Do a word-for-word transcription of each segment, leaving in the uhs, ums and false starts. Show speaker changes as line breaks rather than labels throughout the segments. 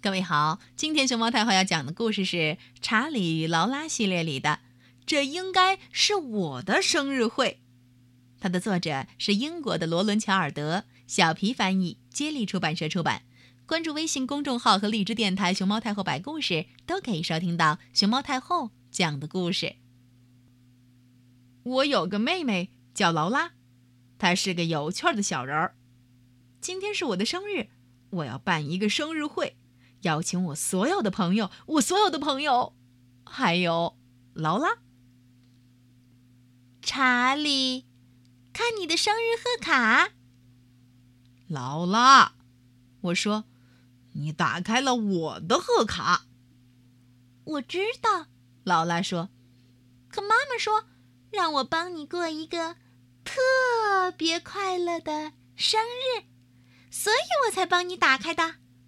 各位好，今天熊猫太后要讲的故事是《查理与劳拉》系列里的这应该是我的生日会。它的作者是英国的罗伦·乔尔德，小皮翻译，接力出版社出版。关注微信公众号和荔枝电台熊猫太后摆故事，都可以收听到熊猫太后讲的故事。我有个妹妹叫劳拉，她是个有趣的小人儿。今天是我的生日，我要办一个生日会，邀请我所有的朋友，我所有的朋友，还有劳拉。
查理，看你的生日贺卡。
劳拉，我说，你打开了我的贺卡。
我知道，劳拉说，可妈妈说让我帮你过一个特别快乐的生日，所以我才帮你打开的。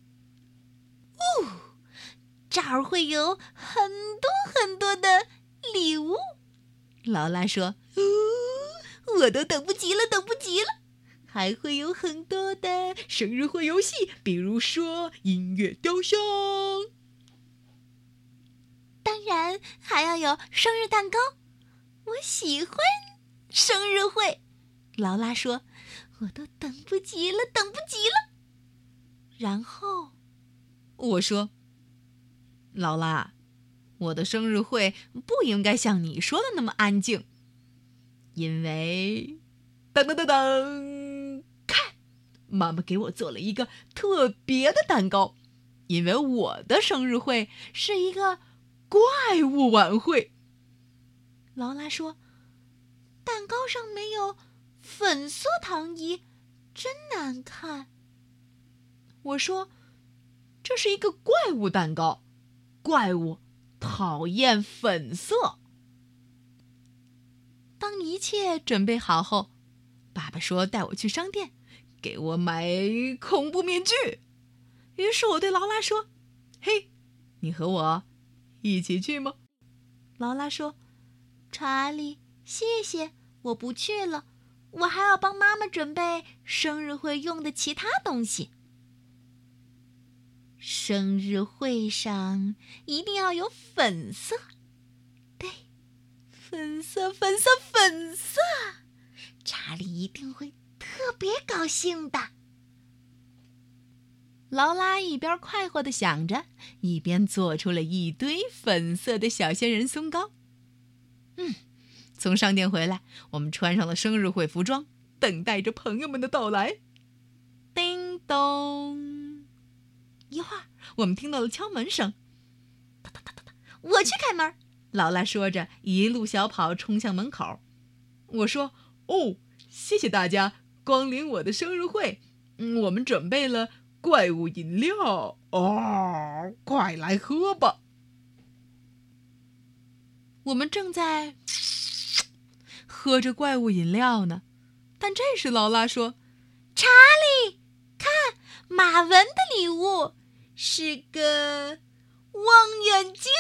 哦，这儿会有很多很多的礼物。劳拉说，哦，我都等不及了，等不及了。还会有很多的
生日会游戏，比如说音乐雕像。
当然还要有生日蛋糕。我喜欢生日会。劳拉说，我都等不及了，等不及了。然后
我说，劳拉，我的生日会不应该像你说的那么安静，因为噔噔噔噔，看，妈妈给我做了一个特别的蛋糕，因为我的生日会是一个怪物晚会。
劳拉说，蛋糕上没有粉色糖衣，真难看。
我说，这是一个怪物蛋糕，怪物讨厌粉色。当一切准备好后，爸爸说带我去商店，给我买恐怖面具。于是我对劳拉说，嘿，你和我一起去吗？
劳拉说，查理，谢谢，我不去了，我还要帮妈妈准备生日会用的其他东西。生日会上一定要有粉色，对，粉色，粉色，粉色，查理一定会特别高兴的。
劳拉一边快活地想着，一边做出了一堆粉色的小仙人松糕。嗯，从商店回来，我们穿上了生日会服装，等待着朋友们的到来。叮咚，一会儿我们听到了敲门声。
哒哒哒哒哒，我去开门。
劳拉说着，一路小跑冲向门口。我说，哦，谢谢大家光临我的生日会。嗯，我们准备了怪物饮料哦，快来喝吧。我们正在喝着怪物饮料呢，但这时劳拉说，
查理，看，马文的礼物是个望远镜。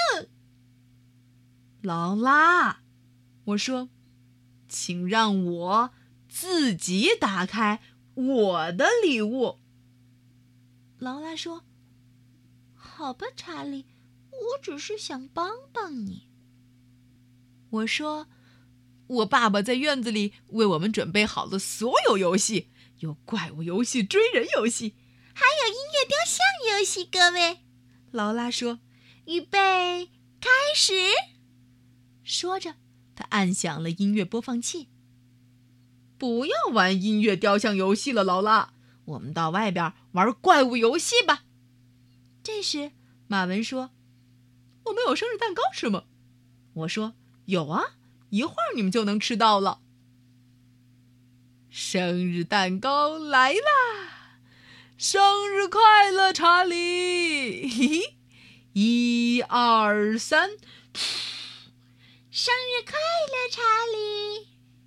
劳拉，我说，请让我自己打开我的礼物。
劳拉说，好吧，查理，我只是想帮帮你。
我说，我爸爸在院子里为我们准备好了所有游戏，有怪物游戏、追人游戏，
还有音乐雕像游戏，各位。
劳拉说，
预备，开始。
说着，他按响了音乐播放器。不要玩音乐雕像游戏了，劳拉，我们到外边玩怪物游戏吧。这时，马文说，我们有生日蛋糕吃吗？我说，有啊，一会儿你们就能吃到了。生日蛋糕来啦！生日快乐，查理！嘿嘿，一二三，
生日快乐，查理！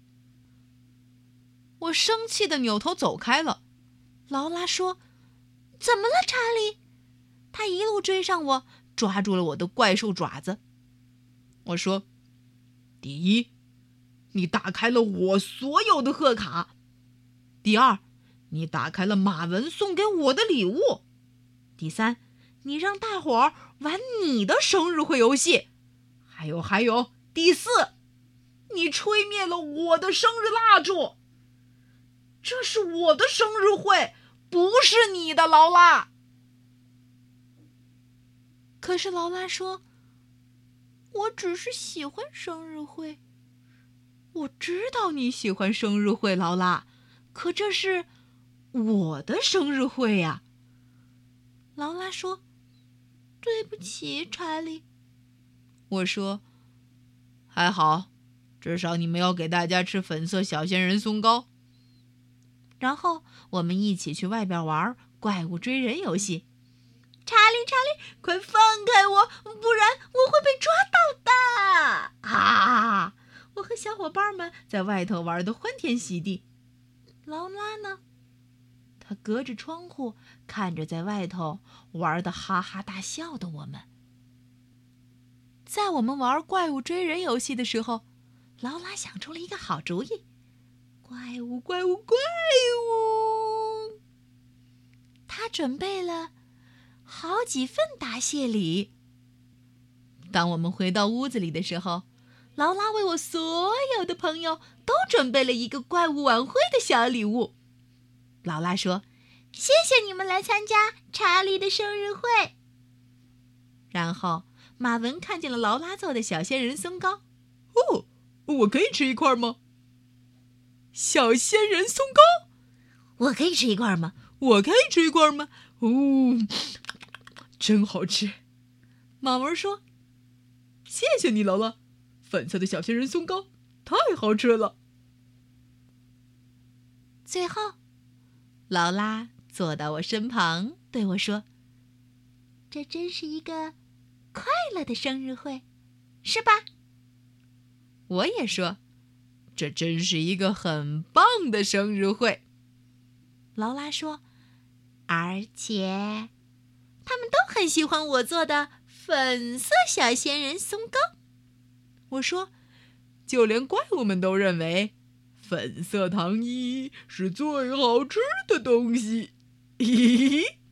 我生气地扭头走开了。劳拉说，怎么了，查理？他一路追上我，抓住了我的怪兽爪子。我说，第一，你打开了我所有的贺卡；第二，你打开了马文送给我的礼物；第三， 你让大伙儿玩你的生日会游戏。还有还有，第四，你吹灭了我的生日蜡烛。这是我的生日会，不是你的，劳拉。可是劳拉说，我只是喜欢生日会。我知道你喜欢生日会，劳拉，可这是我的生日会呀。劳拉说，对不起，查理。我说，还好，至少你们要给大家吃粉色小仙人松糕。然后我们一起去外边玩怪物追人游戏。查理，查理，快放开我，不然我会被抓到的！啊！我和小伙伴们在外头玩得欢天喜地。劳拉呢？她隔着窗户看着在外头玩得哈哈大笑的我们。在我们玩怪物追人游戏的时候，劳拉想出了一个好主意。怪物，怪物，怪物！她准备了好几份答谢礼。当我们回到屋子里的时候，劳拉为我所有的朋友都准备了一个怪物晚会的小礼物。劳拉说，谢谢你们来参加查理的生日会。然后马文看见了劳拉做的小仙人松糕。哦，我可以吃一块吗？小仙人松糕，我可以吃一块吗？我可以吃一块吗？哦，真好吃。马文说，谢谢你，劳拉，粉色的小仙人松糕太好吃了。最后，劳拉坐到我身旁对我说，这真是一个快乐的生日会，是吧？我也说，这真是一个很棒的生日会。劳拉说，而且他们都很喜欢我做的粉色小仙人松糕。我说，就连怪物们都认为粉色糖衣是最好吃的东西。嘿嘿嘿。